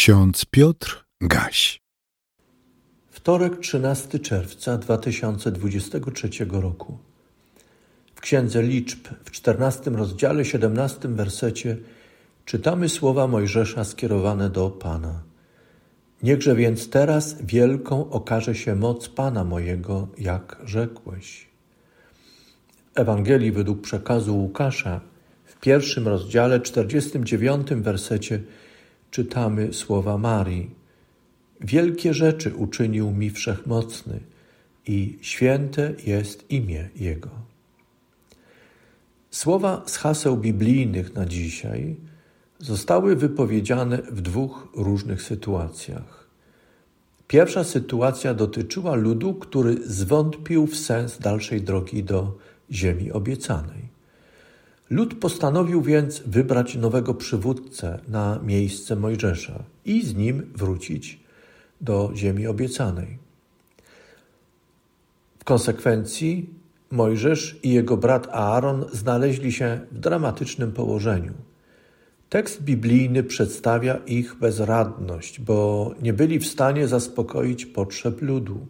Ksiądz Piotr Gaś. Wtorek, 13 czerwca 2023 roku. W Księdze Liczb w 14 rozdziale, 17 wersecie czytamy słowa Mojżesza skierowane do Pana. Niechże więc teraz wielką okaże się moc Pana mojego, jak rzekłeś. W Ewangelii według przekazu Łukasza w 1 rozdziale, 49 wersecie czytamy słowa Marii. Wielkie rzeczy uczynił mi Wszechmocny i święte jest imię Jego. Słowa z haseł biblijnych na dzisiaj zostały wypowiedziane w dwóch różnych sytuacjach. Pierwsza sytuacja dotyczyła ludu, który zwątpił w sens dalszej drogi do ziemi obiecanej. Lud postanowił więc wybrać nowego przywódcę na miejsce Mojżesza i z nim wrócić do ziemi obiecanej. W konsekwencji Mojżesz i jego brat Aaron znaleźli się w dramatycznym położeniu. Tekst biblijny przedstawia ich bezradność, bo nie byli w stanie zaspokoić potrzeb ludu.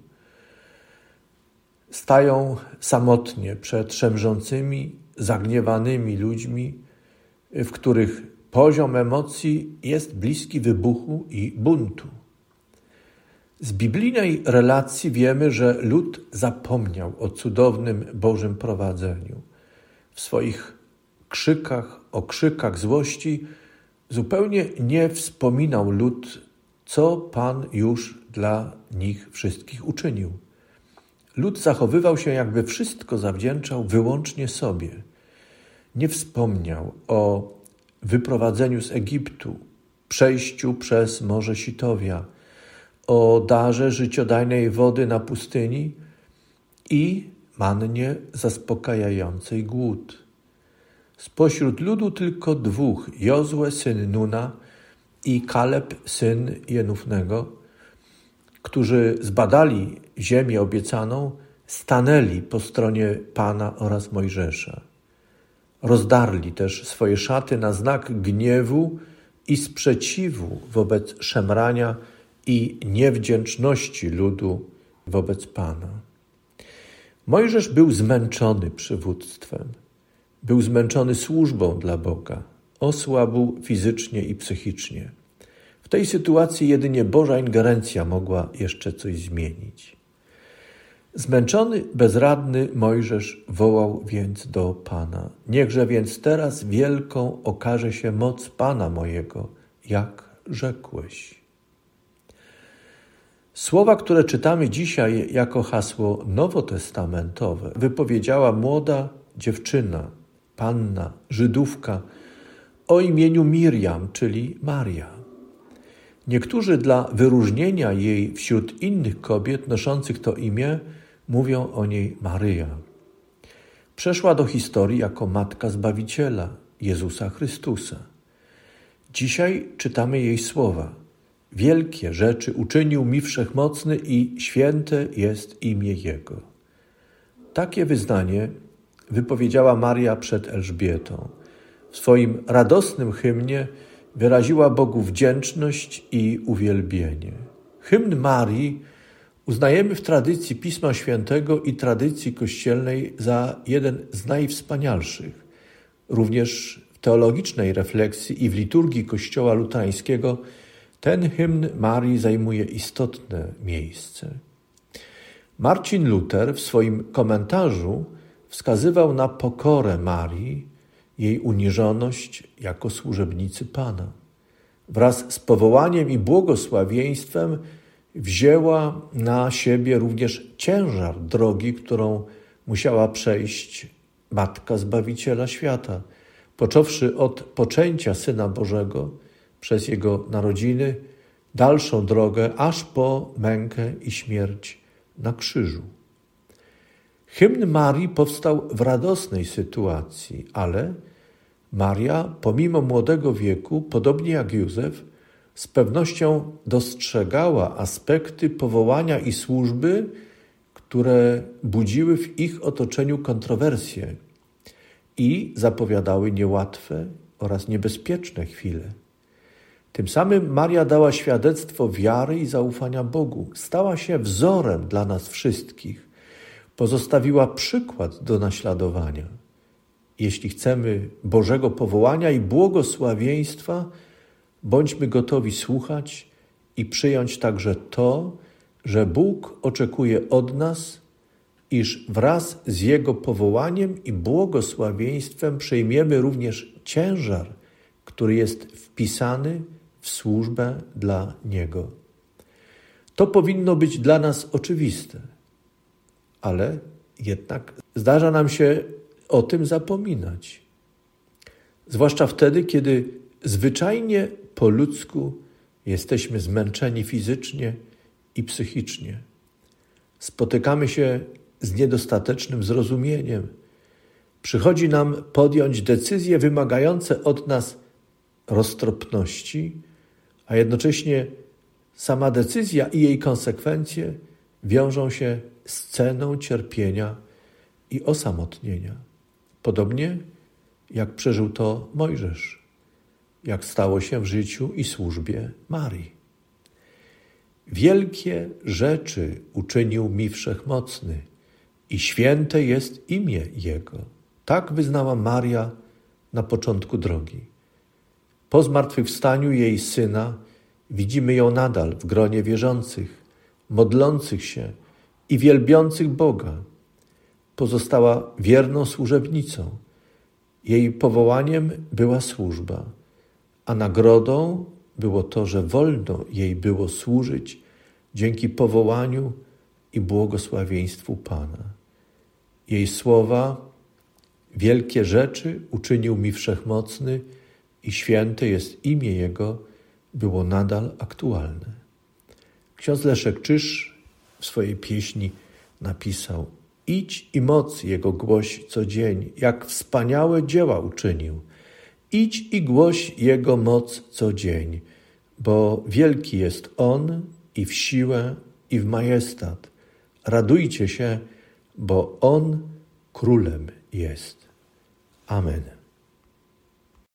Stają samotnie przed szemrzącymi, zagniewanymi ludźmi, w których poziom emocji jest bliski wybuchu i buntu. Z biblijnej relacji wiemy, że lud zapomniał o cudownym Bożym prowadzeniu. W swoich okrzykach złości zupełnie nie wspominał lud, co Pan już dla nich wszystkich uczynił. Lud zachowywał się, jakby wszystko zawdzięczał wyłącznie sobie. Nie wspomniał o wyprowadzeniu z Egiptu, przejściu przez Morze Sitowia, o darze życiodajnej wody na pustyni i mannie zaspokajającej głód. Spośród ludu tylko dwóch, Jozue syn Nuna i Kaleb syn Jenufnego, którzy zbadali ziemię obiecaną, stanęli po stronie Pana oraz Mojżesza. Rozdarli też swoje szaty na znak gniewu i sprzeciwu wobec szemrania i niewdzięczności ludu wobec Pana. Mojżesz był zmęczony przywództwem, był zmęczony służbą dla Boga, osłabł fizycznie i psychicznie. W tej sytuacji jedynie Boża ingerencja mogła jeszcze coś zmienić. Zmęczony, bezradny Mojżesz wołał więc do Pana. Niechże więc teraz wielką okaże się moc Pana mojego, jak rzekłeś. Słowa, które czytamy dzisiaj jako hasło nowotestamentowe, wypowiedziała młoda dziewczyna, panna, Żydówka o imieniu Mirjam, czyli Maria. Niektórzy dla wyróżnienia jej wśród innych kobiet noszących to imię mówią o niej Maryja. Przeszła do historii jako matka Zbawiciela, Jezusa Chrystusa. Dzisiaj czytamy jej słowa. Wielkie rzeczy uczynił mi Wszechmocny i święte jest imię Jego. Takie wyznanie wypowiedziała Maria przed Elżbietą. W swoim radosnym hymnie wyraziła Bogu wdzięczność i uwielbienie. Hymn Marii uznajemy w tradycji Pisma Świętego i tradycji kościelnej za jeden z najwspanialszych. Również w teologicznej refleksji i w liturgii Kościoła luterańskiego ten hymn Marii zajmuje istotne miejsce. Marcin Luter w swoim komentarzu wskazywał na pokorę Marii, jej uniżoność jako służebnicy Pana. Wraz z powołaniem i błogosławieństwem wzięła na siebie również ciężar drogi, którą musiała przejść Matka Zbawiciela świata, począwszy od poczęcia Syna Bożego przez Jego narodziny, dalszą drogę aż po mękę i śmierć na krzyżu. Hymn Marii powstał w radosnej sytuacji, ale Maria, pomimo młodego wieku, podobnie jak Józef, z pewnością dostrzegała aspekty powołania i służby, które budziły w ich otoczeniu kontrowersje i zapowiadały niełatwe oraz niebezpieczne chwile. Tym samym Maria dała świadectwo wiary i zaufania Bogu. Stała się wzorem dla nas wszystkich. Pozostawiła przykład do naśladowania. Jeśli chcemy Bożego powołania i błogosławieństwa, bądźmy gotowi słuchać i przyjąć także to, że Bóg oczekuje od nas, iż wraz z Jego powołaniem i błogosławieństwem przejmiemy również ciężar, który jest wpisany w służbę dla Niego. To powinno być dla nas oczywiste, ale jednak zdarza nam się o tym zapominać. Zwłaszcza wtedy, kiedy zwyczajnie po ludzku jesteśmy zmęczeni fizycznie i psychicznie. Spotykamy się z niedostatecznym zrozumieniem. Przychodzi nam podjąć decyzje wymagające od nas roztropności, a jednocześnie sama decyzja i jej konsekwencje wiążą się z ceną cierpienia i osamotnienia. Podobnie jak przeżył to Mojżesz, jak stało się w życiu i służbie Marii. Wielkie rzeczy uczynił mi Wszechmocny i święte jest imię Jego. Tak wyznała Maria na początku drogi. Po zmartwychwstaniu jej Syna widzimy ją nadal w gronie wierzących, modlących się i wielbiących Boga. Pozostała wierną służebnicą. Jej powołaniem była służba, a nagrodą było to, że wolno jej było służyć dzięki powołaniu i błogosławieństwu Pana. Jej słowa: wielkie rzeczy uczynił mi Wszechmocny i święte jest imię Jego, było nadal aktualne. Ksiądz Leszek Czyż w swojej pieśni napisał: idź i moc Jego głoś co dzień, jak wspaniałe dzieła uczynił. Idź i głoś Jego moc co dzień, bo wielki jest On i w siłę, i w majestat. Radujcie się, bo On królem jest. Amen.